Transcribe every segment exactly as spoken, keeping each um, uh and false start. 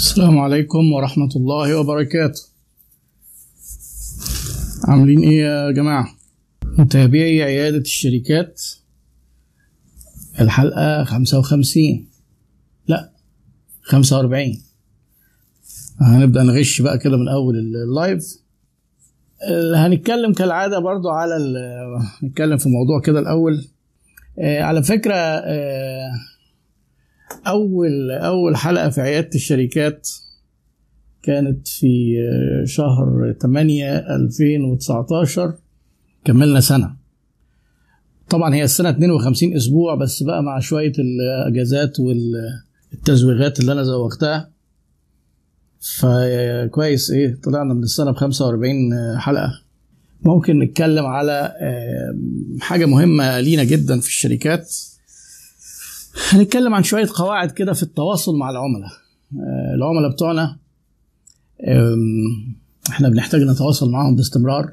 السلام عليكم ورحمة الله وبركاته. عاملين ايه يا جماعة؟ متابعي عيادة الشركات، الحلقة خمسة وخمسين لا خمسة واربعين. هنبدأ نغش بقى كده من أول اللايف. هنتكلم كالعادة برضو على نتكلم في موضوع كده الأول. على فكرة أول أول حلقة في عيادة الشركات كانت في شهر تمانية ألفين وتسعتاشر. كملنا سنة. طبعا هي السنة اتنين وخمسين أسبوع، بس بقى مع شوية الأجازات والتزويغات اللي أنا زوغتها، فكويس ايه طلعنا من السنة بخمسة واربعين حلقة. ممكن نتكلم على حاجة مهمة لينا جدا في الشركات. هنتكلم عن شوية قواعد كده في التواصل مع العملاء. العملاء بتوعنا احنا بنحتاج نتواصل معهم باستمرار.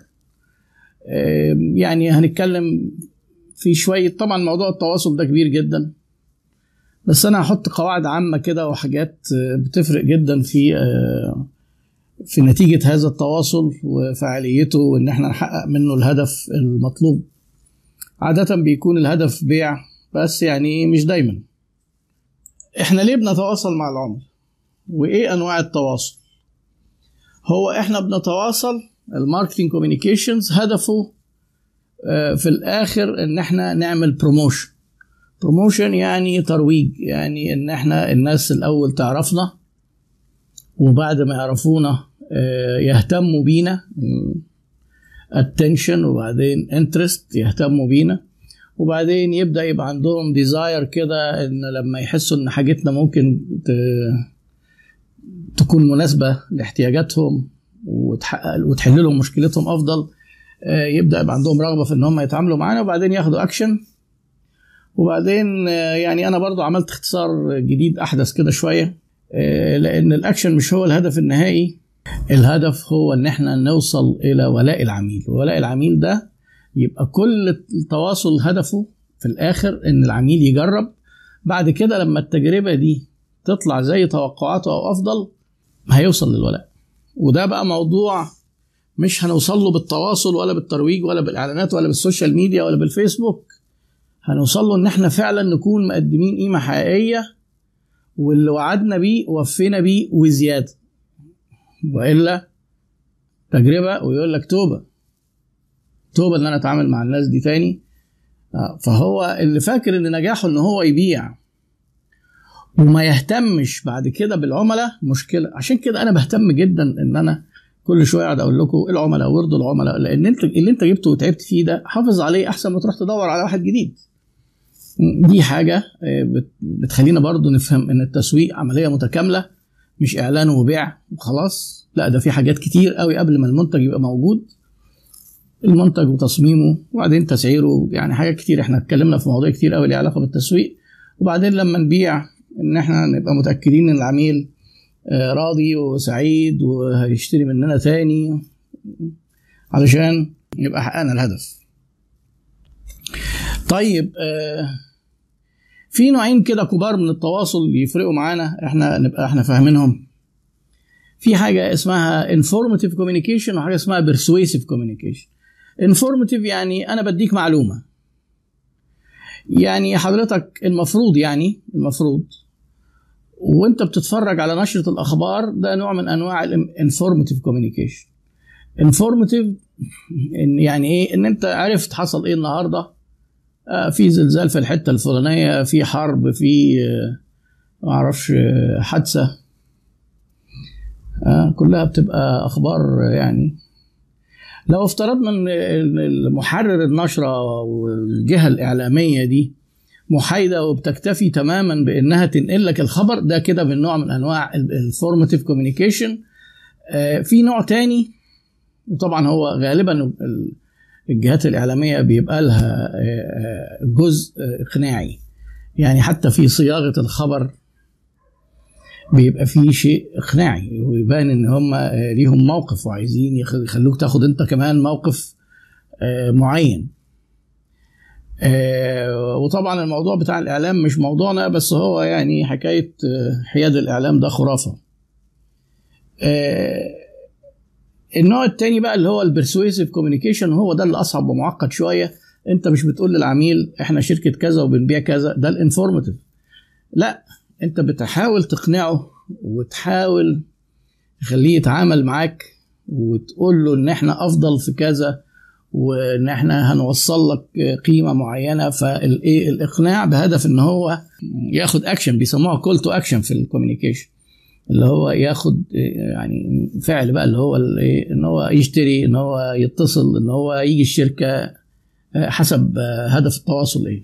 يعني هنتكلم في شوية، طبعا موضوع التواصل ده كبير جدا، بس انا هحط قواعد عامة كده وحاجات بتفرق جدا في في نتيجة هذا التواصل وفعاليته، وان احنا نحقق منه الهدف المطلوب. عادة بيكون الهدف بيع، بس يعني مش دايما. احنا ليه بنتواصل مع العملاء وايه انواع التواصل؟ هو احنا بنتواصل، الماركتينج كوميونيكيشنز هدفه في الاخر ان احنا نعمل بروموشن. بروموشن يعني ترويج، يعني ان احنا الناس الاول تعرفنا، وبعد ما يعرفونا يهتموا بينا، attention، وبعدين interest، يهتموا بينا، وبعدين يبدأ يبقى عندهم desire كده ان لما يحسوا ان حاجتنا ممكن تكون مناسبة لاحتياجاتهم وتحقق وتحل لهم مشكلتهم افضل، يبدأ يبقى عندهم رغبة في ان هم يتعاملوا معانا، وبعدين ياخدوا اكشن. وبعدين يعني انا برضو عملت اختصار جديد احدث كده شوية، لان الاكشن مش هو الهدف النهائي. الهدف هو ان احنا نوصل الى ولاء العميل. ولاء العميل ده يبقى كل التواصل هدفه في الاخر ان العميل يجرب. بعد كده لما التجربة دي تطلع زي توقعاته او افضل، هيوصل للولاء. وده بقى موضوع مش هنوصل له بالتواصل ولا بالترويج ولا بالاعلانات ولا بالسوشيال ميديا ولا بالفيسبوك. هنوصل له ان احنا فعلا نكون مقدمين قيمة حقيقية، واللي وعدنا بيه وفينا بيه وزيادة، وإلا تجربة ويقول لك توبة توبة ان انا اتعامل مع الناس دي تاني. فهو اللي فاكر ان نجاحه ان هو يبيع وما يهتمش بعد كده بالعملاء مشكلة. عشان كده انا بهتم جدا ان انا كل شوية قاعد اقول لكم العملاء وارضوا العملاء، لان انت اللي انت جبته وتعبت فيه ده حافظ عليه احسن ما تروح تدور على واحد جديد. دي حاجة بتخلينا برضو نفهم ان التسويق عملية متكاملة، مش اعلان وبيع وخلاص. لا، ده في حاجات كتير قوي قبل ما المنتج يبقى موجود. المنتج وتصميمه، وبعدين تسعيره، يعني حاجات كتير. احنا اتكلمنا في مواضيع كتير قوي ليها علاقة بالتسويق. وبعدين لما نبيع ان احنا نبقى متأكدين ان العميل راضي وسعيد وهيشتري مننا تاني، علشان يبقى حققنا الهدف. طيب، آه في نوعين كده كبار من التواصل يفرقوا معانا، احنا نبقى احنا فاهمينهم. في حاجة اسمها informative communication وحاجة اسمها persuasive communication. informative يعني انا بديك معلومة، يعني حضرتك المفروض يعني المفروض وانت بتتفرج على نشرة الاخبار، ده نوع من انواع informative communication. informative يعني ايه؟ ان انت عرفت حصل ايه النهارده، في زلزال في الحتة الفلانية، في حرب، في ما اعرفش حادثة، كلها بتبقى اخبار. يعني لو افترضنا ان المحرر النشرة والجهة الاعلامية دي محايدة وبتكتفي تماما بانها تنقل لك الخبر، ده كده من نوع من انواع الانفورماتيف كوميونيكيشن. في نوع تاني، وطبعا هو غالبا الجهات الإعلامية بيبقى لها جزء إقناعي، يعني حتى في صياغة الخبر بيبقى فيه شيء إقناعي، ويبان إن هم ليهم موقف وعايزين يخلوك تاخد أنت كمان موقف معين. وطبعا الموضوع بتاع الإعلام مش موضوعنا، بس هو يعني حكاية حياد الإعلام ده خرافة. آه النوع التاني بقى اللي هو البرسويسيف كوميونيكيشن، هو ده اللي اصعب ومعقد شويه. انت مش بتقول للعميل احنا شركه كذا وبنبيع كذا، ده الانفورماتيف. لا، انت بتحاول تقنعه وتحاول تخليه يتعامل معاك وتقول له ان احنا افضل في كذا وان احنا هنوصل لك قيمه معينه. فالايه الاقناع بهدف ان هو ياخد اكشن، بيسموها كول تو اكشن في الكوميونيكيشن، اللي هو ياخد يعني فعل بقى، اللي هو ان هو يشتري، ان هو يتصل، ان هو يجي الشركه، حسب هدف التواصل ايه.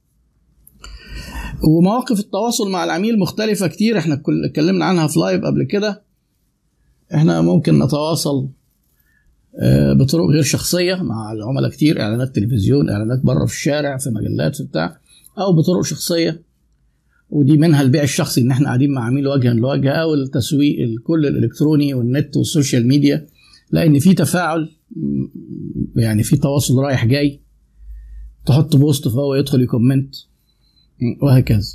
ومواقف التواصل مع العميل مختلفه كتير، احنا اتكلمنا عنها في لايف قبل كده. احنا ممكن نتواصل بطرق غير شخصيه مع العملاء كتير، اعلانات تلفزيون، اعلانات بره في الشارع، في مجلات، في بتاع، او بطرق شخصيه، ودي منها البيع الشخصي، ان احنا قاعدين مع عميل وجها لوجه، او التسويق الكل الالكتروني والنت والسوشيال ميديا، لان في تفاعل، يعني في تواصل رايح جاي، تحط بوست فهو يدخل يكومنت وهكذا.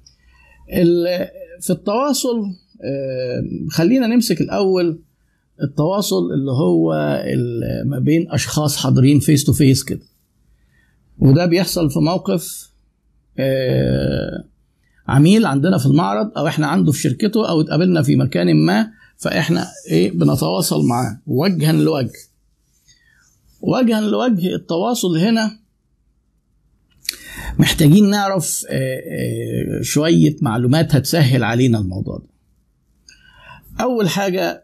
في التواصل خلينا نمسك الاول التواصل اللي هو ما بين اشخاص حاضرين فيس تو فيس كده، وده بيحصل في موقف عميل عندنا في المعرض، او احنا عنده في شركته، او اتقابلنا في مكان ما، فاحنا ايه بنتواصل معاه وجها لوجه. وجها لوجه التواصل هنا محتاجين نعرف شوية معلومات هتسهل علينا الموضوع ده. اول حاجة،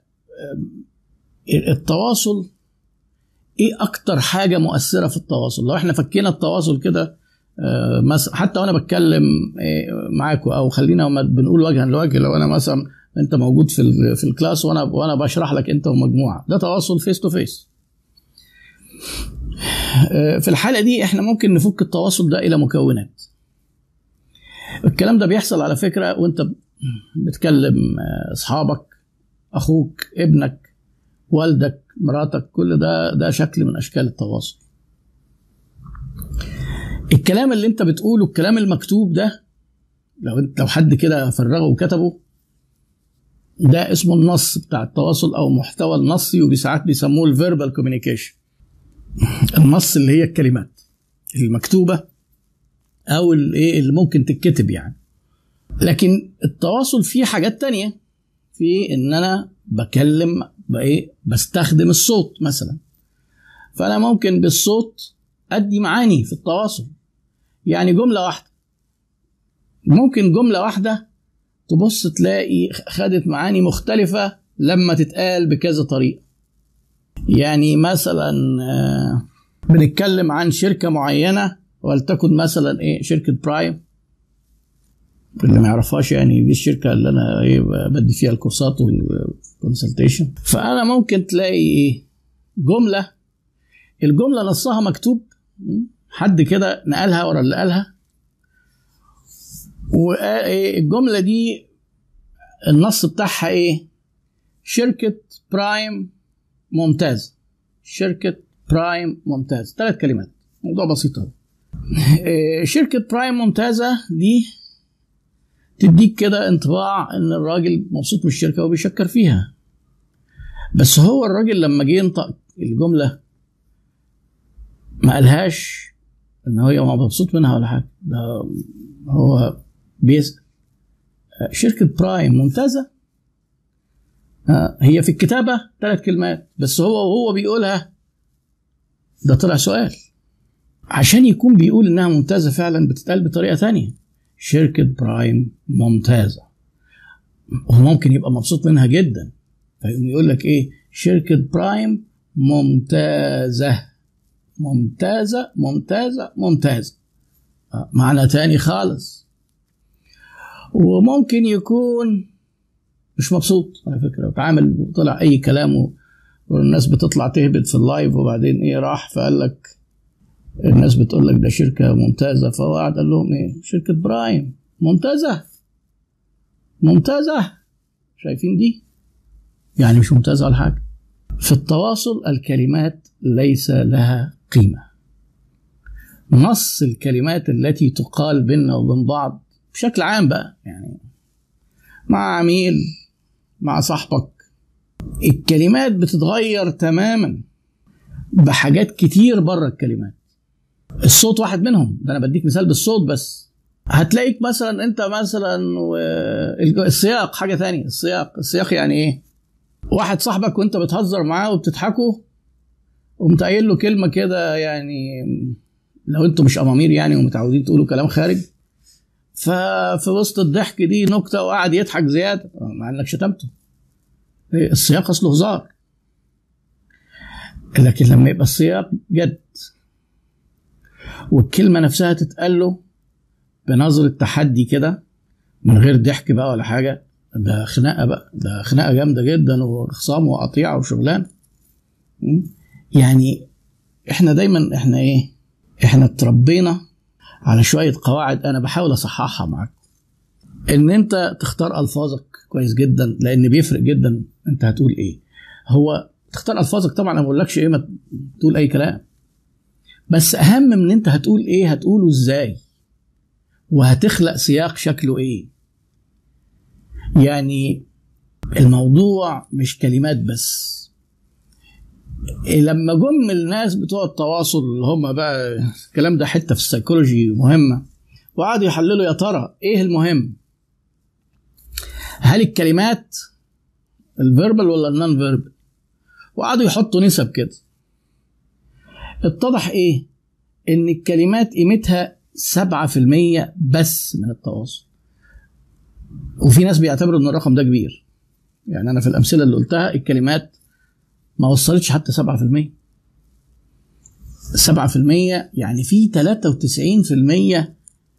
التواصل ايه اكتر حاجة مؤثرة في التواصل؟ لو احنا فكينا التواصل كده، حتى وانا بتكلم معاكم، او خلينا بنقول وجها لوجه، لو انا مثلا انت موجود في في الكلاس وانا وانا بشرح لك انت ومجموعه، ده تواصل فيس تو فيس. في الحاله دي احنا ممكن نفك التواصل ده الى مكونات. الكلام ده بيحصل على فكره وانت بتكلم اصحابك، اخوك، ابنك، والدك، مراتك، كل ده ده شكل من اشكال التواصل. الكلام اللي انت بتقوله، الكلام المكتوب ده، لو انت لو حد كده فرغه وكتبه، ده اسمه النص بتاع التواصل او محتوى النصي، وبساعات بيسموه الفيربال كوميونيكيشن. النص اللي هي الكلمات المكتوبه او الايه اللي ممكن تتكتب يعني. لكن التواصل فيه حاجات تانية، في ان انا بكلم بايه، بستخدم الصوت مثلا، فانا ممكن بالصوت ادي معاني في التواصل. يعني جمله واحده، ممكن جمله واحده تبص تلاقي خدت معاني مختلفه لما تتقال بكذا طريقه. يعني مثلا بنتكلم عن شركه معينه، ولتكن مثلا ايه شركه برايم، اللي ما يعرفهاش يعني دي الشركه اللي انا ايه بدي فيها الكورسات والكونسلتيشن. فانا ممكن تلاقي ايه جمله، الجمله نصها مكتوب، حد كده نقلها ورا اللي قالها، والجمله دي النص بتاعها ايه، شركه برايم ممتاز، شركه برايم ممتاز، ثلاث كلمات، موضوع بسيط اهو. شركه برايم ممتازه دي تديك كده انطباع ان الراجل مبسوط من الشركه وبيشكر فيها، بس هو الراجل لما جه ينطق الجمله ما قالهاش ان هو مبسوط منها ولا حاجه، ده هو بيسأل شركه برايم ممتازه، هي في الكتابه ثلاث كلمات، بس هو وهو بيقولها ده طلع سؤال. عشان يكون بيقول انها ممتازه فعلا بتتقال بطريقه ثانيه، شركه برايم ممتازه، وممكن يبقى مبسوط منها جدا، فيقول لك ايه شركه برايم ممتازه ممتازه ممتازه ممتازه، معنى تاني خالص. وممكن يكون مش مبسوط على فكره، وتعامل وطلع اي كلام، والناس بتطلع تهبط في اللايف، وبعدين ايه راح فقال لك الناس بتقول لك ده شركه ممتازه، فهو قاعد قال لهم ايه شركه برايم ممتازه ممتازه، شايفين دي يعني مش ممتازه ولا حاجه. في التواصل الكلمات ليس لها قيمه، نص الكلمات التي تقال بيننا وبين بعض بشكل عام بقى، يعني مع عميل، مع صاحبك، الكلمات بتتغير تماما بحاجات كتير بره الكلمات. الصوت واحد منهم، ده انا بديك مثال بالصوت بس. هتلاقيك مثلا انت مثلا السياق حاجه ثانيه. السياق السياق يعني ايه؟ واحد صاحبك وانت بتهزر معاه وبتضحكوا وقمت قايل له كلمه كده، يعني لو انتوا مش امامير يعني ومتعودين تقولوا كلام خارج، ففي وسط الضحك دي نكته وقعد يضحك زياده مع انك شتمته. السياق اصله هزار. لكن لما يبقى السياق جد والكلمه نفسها تتقال له بنظره تحدي كده من غير ضحك بقى ولا حاجه، ده خناقه بقى، ده خناقه جامده جدا وخصام وقطيعه وشغلان. يعني احنا دايما احنا ايه احنا اتربينا على شويه قواعد انا بحاول اصححها معاك. ان انت تختار الفاظك كويس جدا، لان بيفرق جدا انت هتقول ايه. هو تختار الفاظك طبعا، انا ما بقولكش ايه ما تقول اي كلام، بس اهم من انت هتقول ايه هتقوله ازاي وهتخلق سياق شكله ايه. يعني الموضوع مش كلمات بس. لما جم الناس بتوع التواصل اللي هم بقى الكلام ده حته في السيكولوجي مهمه، وقعدوا يحللوا يا ترى ايه المهم، هل الكلمات الفيربال ولا النون فيربال، وقعدوا يحطوا نسب كده. اتضح ايه؟ ان الكلمات قيمتها سبعة في المية بس من التواصل، وفي ناس بيعتبروا ان الرقم ده كبير. يعني انا في الامثله اللي قلتها الكلمات ما وصلتش حتى سبعة في المية. سبعة في المية يعني في تلاتة وتسعين في المية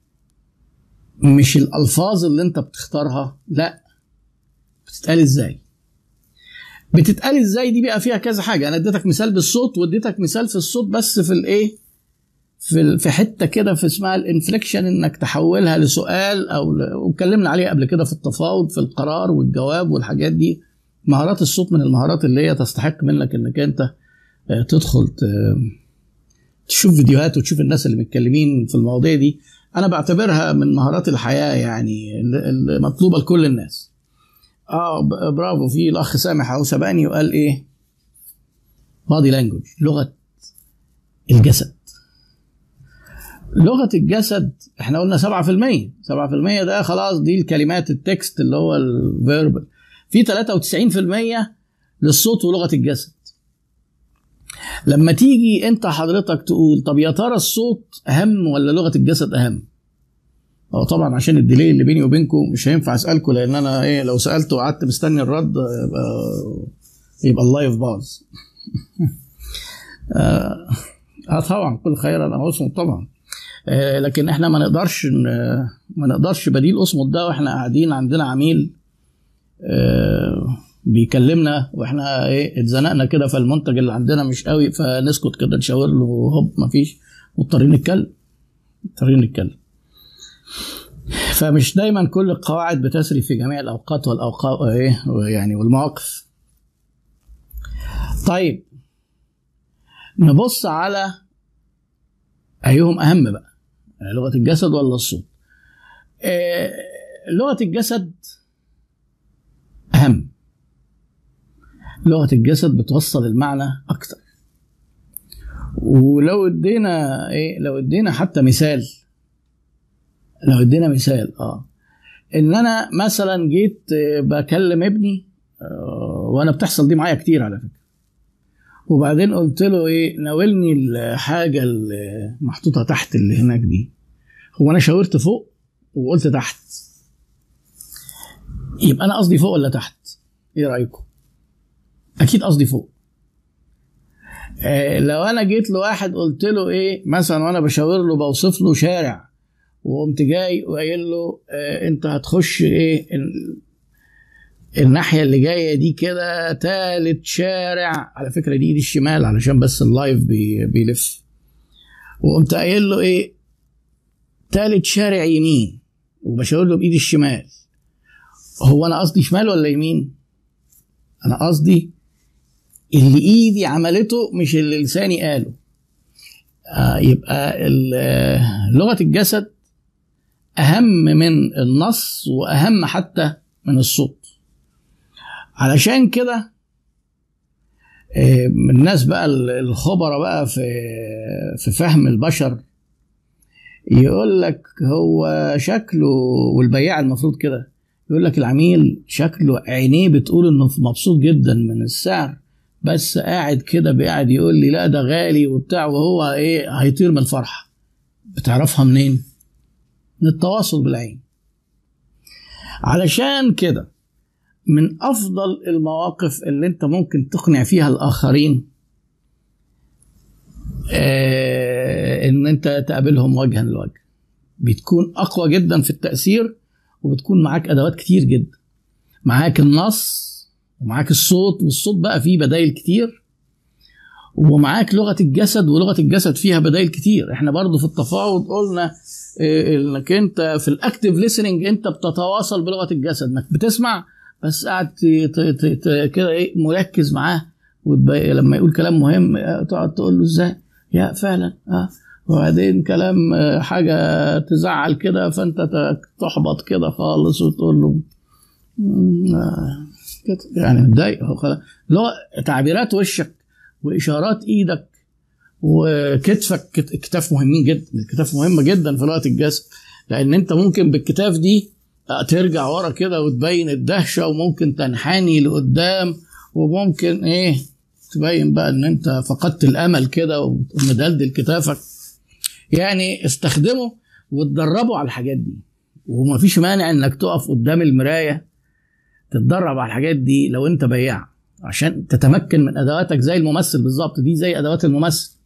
مش الالفاظ اللي انت بتختارها، لا بتتقال ازاي. بتتقال ازاي دي بقى فيها كذا حاجه. انا اديتك مثال بالصوت واديتك مثال في الصوت بس في الايه في في حته كده في اسمها الانفليكشن، انك تحولها لسؤال او ل... واتكلمنا عليها قبل كده في التفاوض في القرار والجواب والحاجات دي. مهارات الصوت من المهارات اللي هي تستحق منك انك انت تدخل تشوف فيديوهات وتشوف الناس اللي متكلمين في المواضيع دي. انا بعتبرها من مهارات الحياه يعني المطلوبه لكل الناس. اه برافو. في الاخ سامح اهو سبقني وقال ايه؟ بادي لانجوج، لغه الجسد. لغه الجسد احنا قلنا سبعة في المية. سبعة في المية ده خلاص دي الكلمات التكست اللي هو الفيربال. في تلاتة وتسعين في المية للصوت ولغه الجسد. لما تيجي انت حضرتك تقول طب يا ترى الصوت اهم ولا لغه الجسد اهم؟ اه طبعا عشان الديلي اللي بيني وبينكم مش هينفع اسالكم، لان انا ايه لو سالته وقعدت مستني الرد يبقى يبقى اللايف باظ. اه, اه طبعا كل خير انا اصمت طبعا. آه لكن احنا ما نقدرش ما نقدرش بديل اصمت ده واحنا قاعدين عندنا عميل آه بيكلمنا واحنا ايه اتزنقنا كده، فالمنتج اللي عندنا مش قوي فنسكت كده نشاور له هوب مفيش، مضطرين نتكلم مضطرين نتكلم. فمش دايما كل القواعد بتسري في جميع الاوقات والاوقات ايه يعني والمواقف. طيب نبص على ايهم اهم بقى، لغه الجسد ولا الصوت؟ آه لغه الجسد اهم. لغه الجسد بتوصل المعنى اكتر. ولو ادينا ايه لو ادينا حتى مثال لو ادينا مثال اه ان انا مثلا جيت بكلم ابني آه وانا بتحصل دي معايا كتير على فكره، وبعدين قلت له ايه ناولني الحاجه اللي محطوطه تحت اللي هناك دي. هو انا شاورت فوق وقلت تحت، يبقى انا قصدي فوق ولا تحت؟ ايه رايكم؟ اكيد قصدي فوق. آه لو انا جيت لواحد قلت له ايه مثلا وانا بشاور له بوصف له شارع وقمت جاي وقايل له آه انت هتخش ايه الناحيه اللي جايه دي كده تالت شارع، على فكره دي دي الشمال علشان بس اللايف بي بيلف، وقمت قايل له ايه تالت شارع يمين وبشاور له بايدي الشمال. هو انا قصدي شمال ولا يمين؟ انا قصدي اللي ايدي عملته مش اللي لساني قاله. آه يبقى لغه الجسد اهم من النص واهم حتى من الصوت. علشان كده الناس بقى الخبراء بقى في في فهم البشر يقول لك هو شكله، والبياع المفروض كده يقول لك العميل شكله عينيه بتقول انه مبسوط جدا من السعر، بس قاعد كده قاعد يقول لي لا ده غالي وبتاع، وهو ايه هيطير من الفرحه. بتعرفها منين؟ من التواصل بالعين. علشان كده من افضل المواقف اللي انت ممكن تقنع فيها الاخرين آه ان انت تقابلهم وجها لوجه، بتكون اقوى جدا في التأثير، وبتكون معاك ادوات كتير جدا. معاك النص ومعاك الصوت، والصوت بقى فيه بدايل كتير، ومعاك لغة الجسد، ولغة الجسد فيها بدايل كتير. احنا برضو في التفاوض قلنا اه انك انت في الاكتيف ليسننج انت بتتواصل بلغة الجسد، انك بتسمع بس قاعد كده ايه مركز معاه، لما يقول كلام مهم تقعد تقول له ازاي يا فعلا اه، وبعدين كلام حاجة تزعل كده فانت تحبط كده خالص وتقول له آه كده يعني متضايق. لو تعبيرات وشك واشارات ايدك وكتفك، كتاف مهمين جدا، الكتاف مهمه جدا في لغه الجسد، لان انت ممكن بالكتاف دي ترجع ورا كده وتبين الدهشه، وممكن تنحني لقدام، وممكن ايه تبين بقى ان انت فقدت الامل كده ومدلدل كتافك. يعني استخدمه وتدربوا على الحاجات دي، ومفيش مانع انك تقف قدام المرايه تتدرب على الحاجات دي لو انت بياع، عشان تتمكن من ادواتك زي الممثل بالظبط. دي زي ادوات الممثل.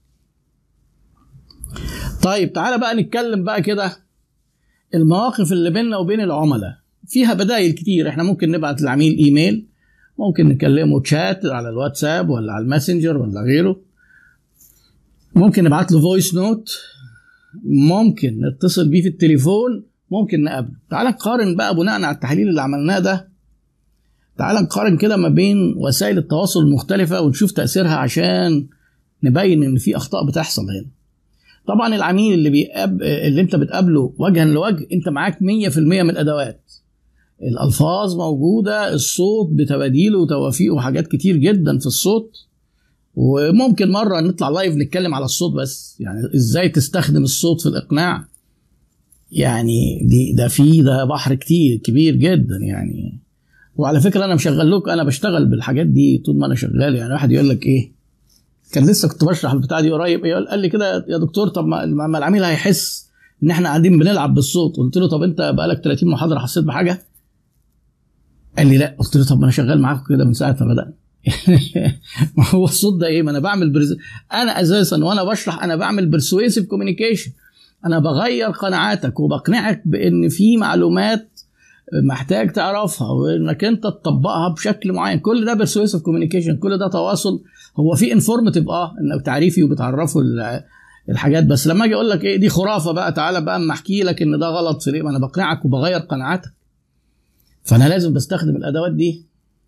طيب تعالى بقى نتكلم بقى كده المواقف اللي بيننا وبين العملاء فيها بدائل كتير. احنا ممكن نبعت للعميل ايميل، ممكن نكلمه تشات على الواتساب ولا على الماسنجر ولا غيره، ممكن نبعت له فويس نوت، ممكن نتصل بيه في التليفون، ممكن نقابله. تعالى نقارن بقى بناء على التحليل اللي عملناه ده، تعال نقارن كده ما بين وسائل التواصل المختلفة ونشوف تأثيرها عشان نبين ان في اخطاء بتحصل هنا. طبعا العميل اللي بيقاب اللي انت بتقابله وجها لوجه انت معاك مية في المية من الادوات، الالفاظ موجودة، الصوت بتباديله وتوافيقه وحاجات كتير جدا في الصوت. وممكن مرة نطلع لايف نتكلم على الصوت بس، يعني ازاي تستخدم الصوت في الاقناع. يعني دي ده في ده بحر كتير كبير جدا يعني. وعلى فكره انا مشغل لكم، انا بشتغل بالحاجات دي طول ما انا شغال. يعني واحد يقول لك ايه، كان لسه كنت بشرح البتاع دي قريب، قال لي كده يا دكتور طب ما العميل هيحس ان احنا قاعدين بنلعب بالصوت. قلت له طب انت بقالك ثلاثين محاضره حسيت بحاجه؟ قال لي لا. قلت له طب ما انا شغال معاكم كده من ساعه ما بدأنا. ما هو الصوت ده ايه؟ ما انا بعمل برز... انا اساسا وانا بشرح انا بعمل برسويسيف كوميونيكيشن، انا بغير قناعاتك وبقنعك بان في معلومات محتاج تعرفها وانك انت تطبقها بشكل معين. كل ده برسويسيف كوميونيكيشن، كل ده تواصل. هو في انفورماتيف اه انك تعريفي وبتعرفه الحاجات، بس لما اجي اقول لك ايه دي خرافه بقى تعالى بقى اما احكي لك ان ده غلط في ليه، ما انا بقنعك وبغير قناعاتك، فانا لازم بستخدم الادوات دي.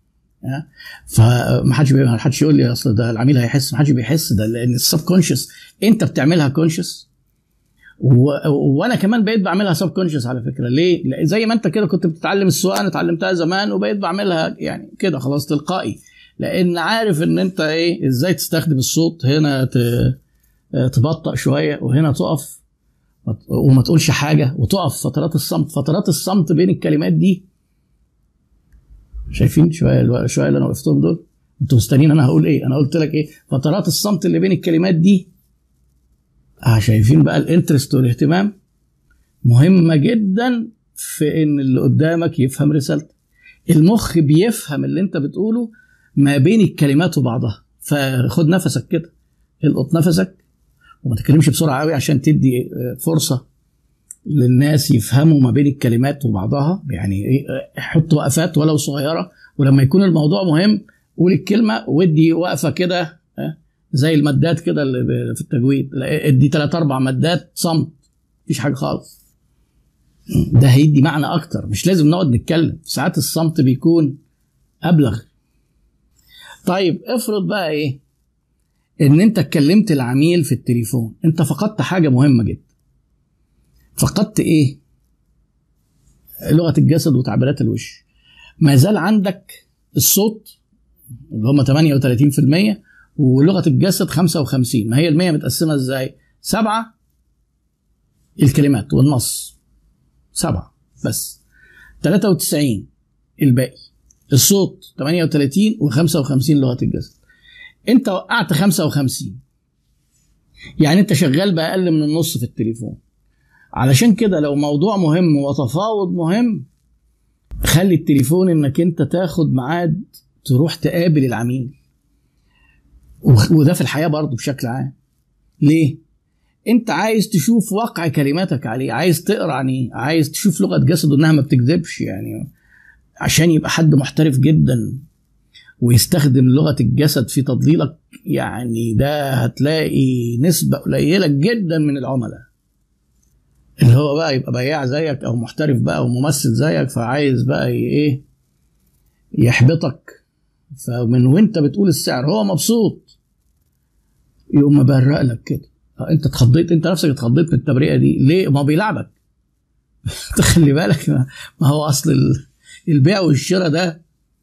فمحدش ما حدش يقول لي اصل ده العميل هيحس، محدش بيحس، ده لان السب كونشس انت بتعملها كونشس، و... وانا كمان بقيت بعملها سب كونشس على فكره. ليه؟ زي ما انت كده كنت بتتعلم السواقه، انا اتعلمتها زمان وبقيت بعملها يعني كده خلاص تلقائي، لان عارف ان انت ايه ازاي تستخدم الصوت. هنا ت... تبطأ شويه، وهنا تقف وما تقولش حاجه، وتقف فترات الصمت. فترات الصمت بين الكلمات دي شايفين شويه شويه اللي انا وقفتهم دول، انتوا مستنيين انا هقول ايه؟ انا قلت لك ايه؟ فترات الصمت اللي بين الكلمات دي اه شايفين بقى الانترست والاهتمام مهمه جدا في ان اللي قدامك يفهم رسالتك. المخ بيفهم اللي انت بتقوله ما بين الكلمات وبعضها، فخد نفسك كده، القط نفسك وما تتكلمش بسرعه قوي عشان تدي فرصه للناس يفهموا ما بين الكلمات وبعضها. يعني ايه؟ حط وقفات ولو صغيره، ولما يكون الموضوع مهم قول الكلمه ودي وقفه كده زي المادات كده اللي في التجويد، ادي ثلاث اربع مادات صمت مفيش حاجه خالص، ده هيدي معنى اكتر. مش لازم نقعد نتكلم، ساعات الصمت بيكون ابلغ. طيب افرض بقى ايه ان انت اتكلمت العميل في التليفون، انت فقدت حاجه مهمه جدا. فقدت ايه؟ لغه الجسد وتعبيرات الوش. ما زال عندك الصوت اللي هم ثمانية وثلاثين بالمية، ولغة الجسد خمسة وخمسين. ما هي المية متقسمة ازاي؟ سبعة الكلمات والنص، سبعة بس، تلاتة وتسعين الباقي، الصوت تمانية وتلاتين وخمسة وخمسين لغة الجسد. انت وقعت خمسة وخمسين، يعني انت شغال بأقل من النص في التليفون. علشان كده لو موضوع مهم وتفاوض مهم، خلي التليفون انك انت تاخد ميعاد تروح تقابل العميل. وده في الحياة برضو بشكل عام. ليه؟ انت عايز تشوف واقع كلماتك عليه، عايز تقرأ عنيه، عايز تشوف لغة جسده انها ما بتكذبش، يعني عشان يبقى حد محترف جدا ويستخدم لغة الجسد في تضليلك. يعني ده هتلاقي نسبة قليلة جدا من العملاء اللي هو بقى يبقى بياع زيك او محترف بقى او ممثل زيك، فعايز بقى ايه يحبطك. فمن وانت بتقول السعر هو مبسوط، يقوم مبرق لك كده. انت اتخضيت، انت نفسك اتخضيت من التبرئة دي ليه؟ ما بيلعبك. تخلي بالك، ما هو اصل البيع والشراء ده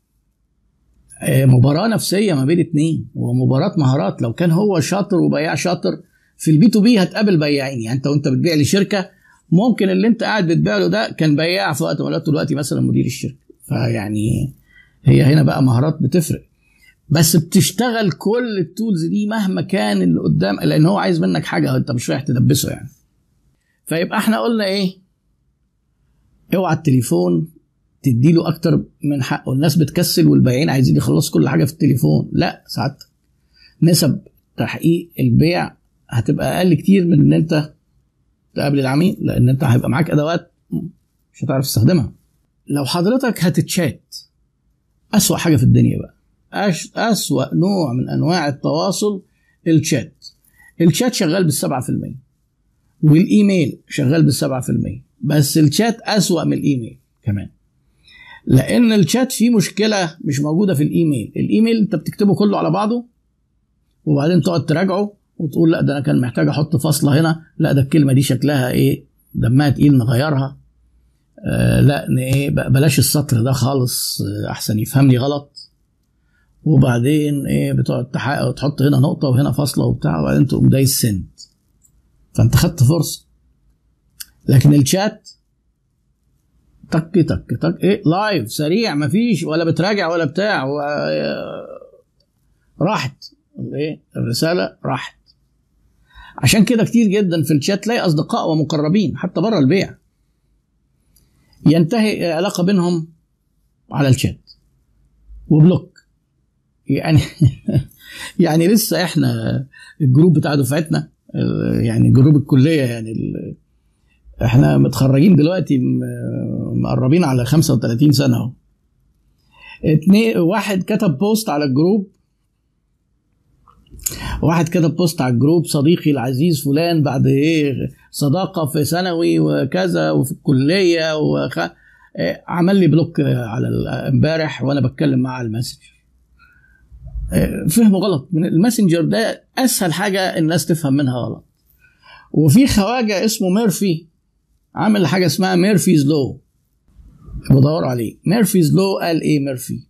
مباراة نفسية ما بين اتنين، ومباراة مهارات. لو كان هو شاطر وبياع شاطر في البي تو بي هتقابل بياعين. يعني انت وانت بتبيع لشركة، ممكن اللي انت قاعد بتبيع له ده كان بياع في وقت ولقيته دلوقتي مثلا مدير الشركة. فيعني هي هنا بقى مهارات بتفرق، بس بتشتغل كل التولز دي مهما كان اللي قدام، لان هو عايز منك حاجة انت مش رايح تدبسه يعني. فيبقى احنا قلنا ايه؟ اوعى التليفون تديله اكتر من حقه. الناس بتكسل والبياعين عايزين يخلصوا كل حاجة في التليفون. لا، ساعات نسب تحقيق البيع هتبقى اقل كتير من ان انت تقابل العميل، لان انت هيبقى معاك ادوات مش هتعرف تستخدمها. لو حضرتك هتتشات، اسوأ حاجة في الدنيا بقى، أش... اسوأ نوع من انواع التواصل الشات. الشات شغال بالسبعة في المية، والايميل شغال بالسبعة في المية، بس الشات اسوأ من الايميل كمان، لان الشات فيه مشكلة مش موجودة في الايميل. الايميل انت بتكتبه كله على بعضه، وبعدين تقعد تراجعه وتقول لا ده انا كان محتاج احط فاصلة هنا، لا ده الكلمة دي شكلها ايه دمها تقيل نغيرها، آه لا ايه بلاش السطر ده خالص احسن يفهمني غلط. وبعدين ايه بتقعد تحقق وتحط هنا نقطة وهنا فاصلة وبتاع، وبعدين تقوم دايس سند، فانت خدت فرصة. لكن الشات تك تك تك ايه لايف سريع، مفيش ولا بتراجع ولا بتاع، راحت ايه الرسالة راحت. عشان كده كتير جدا في الشات تلاقي اصدقاء ومقربين حتى بره البيع ينتهي علاقة بينهم على الشات وبلوك. يعني يعني لسه احنا الجروب بتاع دفعتنا، يعني جروب الكلية، يعني احنا متخرجين دلوقتي مقربين على خمسة وتلاتين سنة اهو. اتنين واحد كتب بوست على الجروب واحد كتب بوست على الجروب: صديقي العزيز فلان بعد ايه صداقة في ثانوي وكذا وفي الكلية وخ... عمل لي بلوك على امبارح وانا بتكلم معه على الماسنجر. فهموا غلط من الماسنجر، ده اسهل حاجة الناس تفهم منها غلط. وفي خواجة اسمه ميرفي عامل حاجة اسمها ميرفيز لو، بدور عليه. ميرفيز لو قال ايه ميرفي؟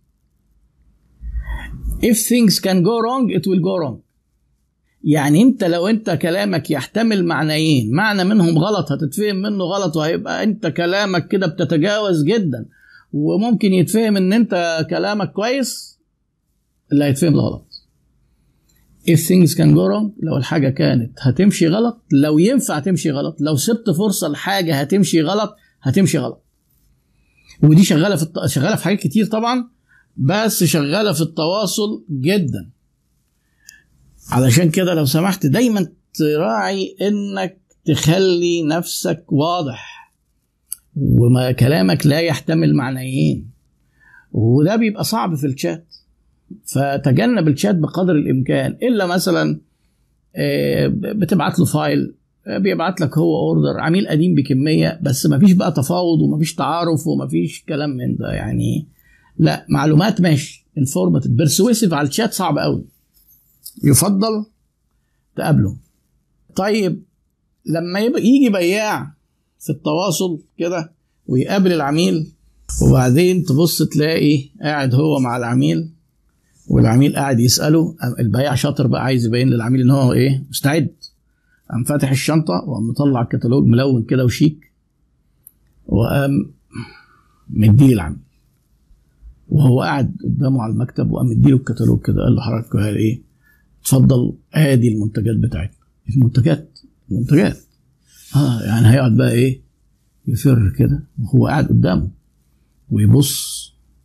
if things can go wrong it will go wrong. يعني انت لو انت كلامك يحتمل معنيين، معنى منهم غلط هتتفهم منه غلط، وهيبقى انت كلامك كده بتتجاوز جدا، وممكن يتفهم ان انت كلامك كويس، اللي هيتفهم غلط. if things can go wrong، لو الحاجة كانت هتمشي غلط، لو ينفع تمشي غلط، لو سبت فرصة لحاجة هتمشي غلط هتمشي غلط. ودي شغالة في الت... شغالة في حاجات كتير طبعا، بس شغالة في التواصل جدا. علشان كده لو سمحت دايما تراعي انك تخلي نفسك واضح، وما كلامك لا يحتمل معنيين، وده بيبقى صعب في الشات. فتجنب الشات بقدر الامكان، الا مثلا بتبعت له فايل بيبعت لك هو اوردر، عميل قديم بكمية، بس مفيش بقى تفاوض ومفيش تعارف ومفيش كلام من ده. يعني لا، معلومات ماشي، انفورماتيف، بيرسويسيف على الشات صعب قوي، يفضل تقابله. طيب لما يبقى يجي بياع في التواصل كده ويقابل العميل، وبعدين تبص تلاقي قاعد هو مع العميل والعميل قاعد يساله، البياع شاطر بقى عايز يبين للعميل ان هو ايه مستعد، قام فاتح الشنطه وقام مطلع الكتالوج ملون كده وشيك، وقام مديه للعميل وهو قاعد قدامه على المكتب، وقام مديله الكتالوج كده، قال له حضرتك قال ايه، اتفضل ادي المنتجات بتاعتنا. المنتجات المنتجات اه يعني هيقعد بقى ايه يفر كده وهو قاعد قدامه ويبص.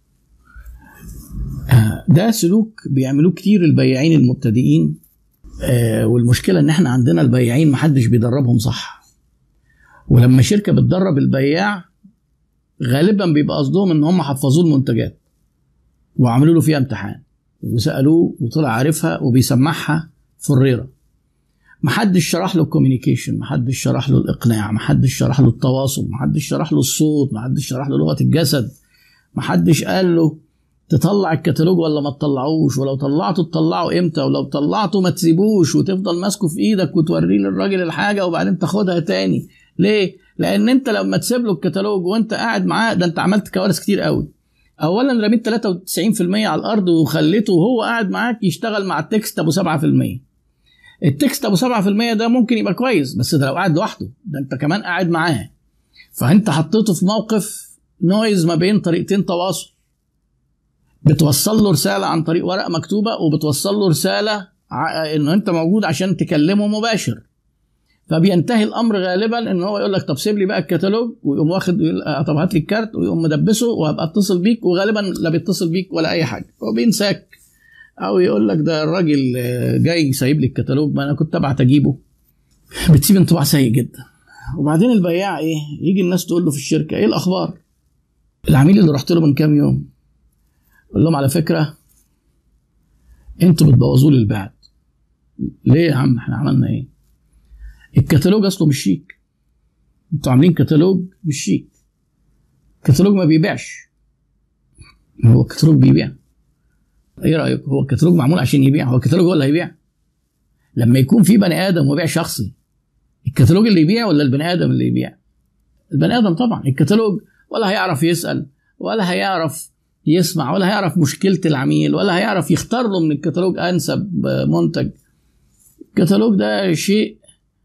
آه ده سلوك بيعملوه كتير البياعين المبتدئين. آه والمشكله ان احنا عندنا البياعين محدش بيدربهم صح، ولما شركه بتدرب البياع غالبا بيبقى قصدهم ان هم حفظوه المنتجات وعملوا له فيها امتحان وسالوه وطلع عارفها وبيسمعها فريره. محدش شرح له الكوميونيكيشن، محدش شرح له الاقناع، محدش شرح له التواصل، محدش شرح له الصوت، محدش شرح له لغه الجسد، محدش قال له تطلع الكتالوج ولا ما تطلعوش، ولو طلعته تطلعه امتى، ولو طلعته ما تسيبوش وتفضل ماسكه في ايدك وتوريه للراجل الحاجه وبعدين تاخدها تاني. ليه؟ لان انت لما تسيب له الكتالوج وانت قاعد معاه ده انت عملت كوارث كتير قوي. اولا رميت ثلاثة وتسعين بالمية على الارض وخليته وهو قاعد معاك يشتغل مع التكست ابو سبعة بالمية. التكست ابو سبعة بالمية ده ممكن يبقى كويس، بس ده لو قاعد لوحده، ده انت كمان قاعد معاه، فانت حطيته في موقف نويز ما بين طريقتين تواصل. بتوصل له رساله عن طريق ورقه مكتوبه، وبتوصل له رساله انه انت موجود عشان تكلمه مباشر. فبينتهي الامر غالبا ان هو يقول لك طب سيب لي بقى الكتالوج، ويقوم واخد طب هات لي الكارت، ويقوم مدبسه وهبقى اتصل بيك، وغالبا لا بيتصل بيك ولا اي حاجه، هو بينساك، او يقول لك ده الراجل جاي سايب لي الكتالوج ما انا كنت ابعت اجيبه. بتسيب انطباع سيء جدا. وبعدين البياع ايه، يجي الناس تقول له في الشركه ايه الاخبار، العميل اللي رحت له من كام يوم قال لهم على فكره انتوا بتبوظوا لي البعد. ليه يا عم احنا عملنا ايه؟ الكتالوج اصله مش شيك، انتوا عاملين كتالوج مش شيك، الكتالوج ما بيبيعش. هو الكتالوج بيبيع؟ ايه رايك؟ هو الكتالوج معمول عشان يبيع؟ هو الكتالوج هو اللي هيبيع؟ لما يكون في بني ادم وبيع شخصي، الكتالوج اللي يبيع ولا البني ادم اللي يبيع؟ البني ادم طبعا. الكتالوج ولا هيعرف يسال، ولا هيعرف يسمع، ولا هيعرف مشكله العميل، ولا هيعرف يختار له من الكتالوج انسب منتج. الكتالوج ده شيء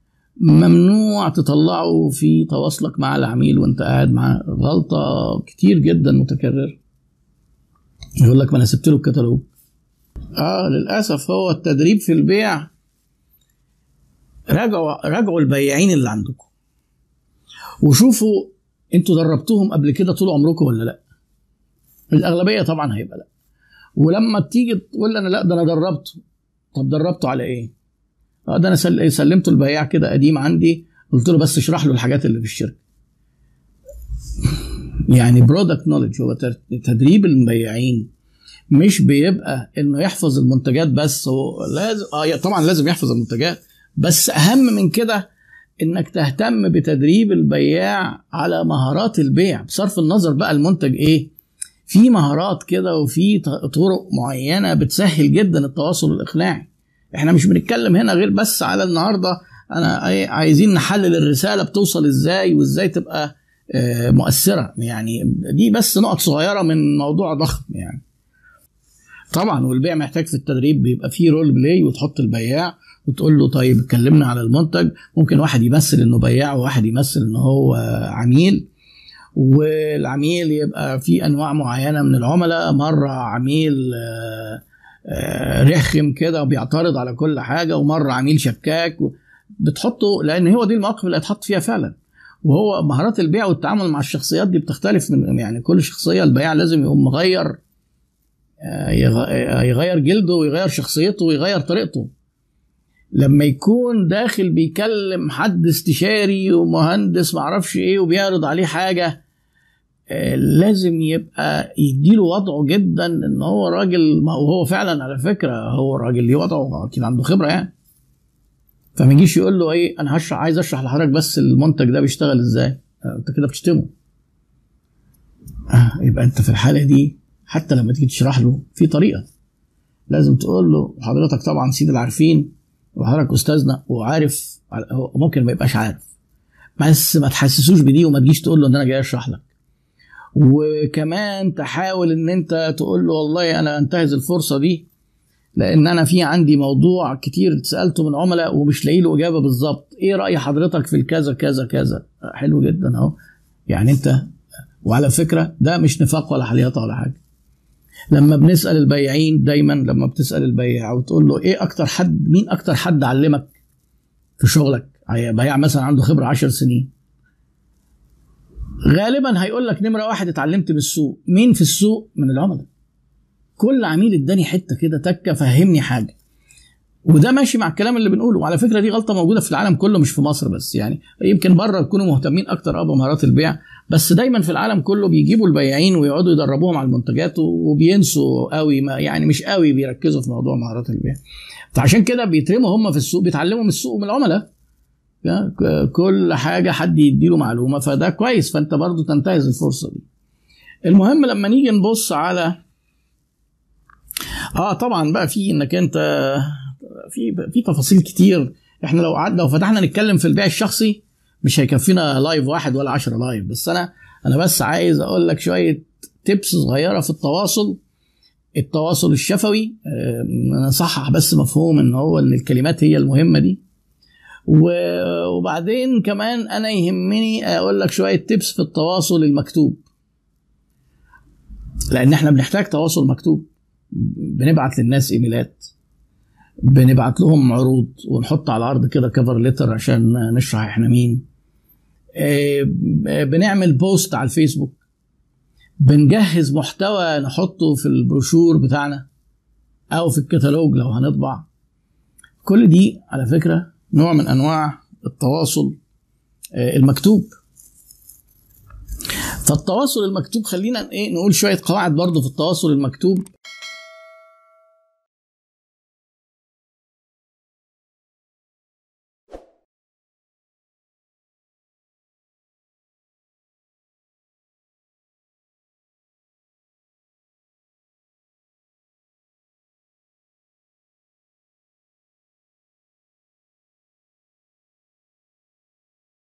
ممنوع تطلعه في تواصلك مع العميل وانت قاعد معاه. غلطه كتير جدا متكرره. يقول لك ما انا سبت له الكتالوج. اه للاسف هو التدريب في البيع. راجعوا راجعوا البياعين اللي عندكم وشوفوا انتوا دربتوهم قبل كده طول عمركم ولا لا. الاغلبيه طبعا هيبقى لا. ولما تيجي تقول انا لا ده انا دربته، طب دربته على ايه؟ اه ده انا سلمته البياع كده قديم عندي، قلت له بس اشرح له الحاجات اللي في الشركه. يعني برودكت نوليدج هو تدريب البياعين مش بيبقى انه يحفظ المنتجات بس. هو لازم اه طبعا لازم يحفظ المنتجات، بس اهم من كده انك تهتم بتدريب البياع على مهارات البيع بصرف النظر بقى المنتج ايه. في مهارات كده وفي طرق معينه بتسهل جدا التواصل الاقناعي. احنا مش بنتكلم هنا غير بس على النهارده انا عايزين نحلل الرساله بتوصل ازاي وازاي تبقى مؤثره، يعني دي بس نقط صغيره من موضوع ضخم يعني. طبعا والبيع محتاج في التدريب بيبقى فيه رول بلاي، وتحط البياع وتقول له طيب اتكلمنا على المنتج. ممكن واحد يمثل انه بياع وواحد يمثل انه هو عميل، والعميل يبقى في انواع معينه من العملاء. مره عميل رخم كده وبيعترض على كل حاجه، ومره عميل شكاك. بتحطه لان هو دي المواقف اللي هتحط فيها فعلا. وهو مهارات البيع والتعامل مع الشخصيات دي بتختلف من يعني كل شخصيه. البياع لازم يقوم مغير يغير جلده ويغير شخصيته ويغير طريقته. لما يكون داخل بيكلم حد استشاري ومهندس معرفش ايه وبيعرض عليه حاجة، لازم يبقى يديله وضعه جدا ان هو راجل، وهو فعلا على فكرة هو راجل ليه وضعه اكيد عنده خبرة يعني. فما يجيش يقول له ايه انا هشرح عايز اشرح لحضرتك بس المنتج ده بيشتغل ازاي، انت كده بتشتمه. يبقى انت في الحالة دي حتى لما تيجي تشرح له في طريقة لازم تقول له حضرتك طبعا سيد العارفين وحضرتك استاذنا وعارف، ممكن ما يبقاش عارف بس ما تحسسوش بدي وما تجيش تقول له ان انا جاي اشرح لك. وكمان تحاول ان انت تقول له والله انا انتهز الفرصة دي لان انا في عندي موضوع كتير سالته من عملاء ومش لاقي له اجابه بالظبط. ايه راي حضرتك في الكذا كذا كذا؟ حلو جدا اهو. يعني انت، وعلى فكره ده مش نفاق ولا حليطه ولا حاجه. لما بنسال البياعين دايما، لما بتسال البياع وتقول له ايه اكتر حد، مين اكتر حد علمك في شغلك، بياع مثلا عنده خبره عشر سنين، غالبا هيقول لك نمره واحد اتعلمت من السوق. مين في السوق؟ من العملاء. كل عميل اداني حته كده تكه فهمني حاجه، وده ماشي مع الكلام اللي بنقوله. وعلى فكره دي غلطه موجوده في العالم كله مش في مصر بس، يعني يمكن بره يكونوا مهتمين اكتر اه بمهارات البيع، بس دايما في العالم كله بيجيبوا البياعين ويقعدوا يدربوهم على المنتجات وبينسوا قوي، ما يعني مش قوي بيركزوا في موضوع مهارات البيع. فعشان كده بيترموا هم في السوق، بيتعلموا من السوق ومن العملاء كل حاجه، حد يديله معلومه، فده كويس. فانت برضو تنتهز الفرصه دي. المهم لما نيجي نبص على اه طبعا بقى في انك انت في في تفاصيل كتير. احنا لو قعدنا لو فتحنا نتكلم في البيع الشخصي مش هيكفينا لايف واحد ولا عشرة لايف، بس انا انا بس عايز اقول لك شويه تيبس صغيره في التواصل التواصل الشفوي. انا صحح بس مفهوم ان هو ان الكلمات هي المهمه دي، وبعدين كمان انا يهمني اقول لك شويه تيبس في التواصل المكتوب، لان احنا بنحتاج تواصل مكتوب. بنبعت للناس ايميلات، بنبعت لهم عروض ونحط على العرض كده كفر ليتر عشان نشرح احنا مين، بنعمل بوست على الفيسبوك، بنجهز محتوى نحطه في البروشور بتاعنا او في الكتالوج لو هنطبع. كل دي على فكرة نوع من انواع التواصل المكتوب. فالتواصل المكتوب خلينا ايه نقول شوية قواعد برضو في التواصل المكتوب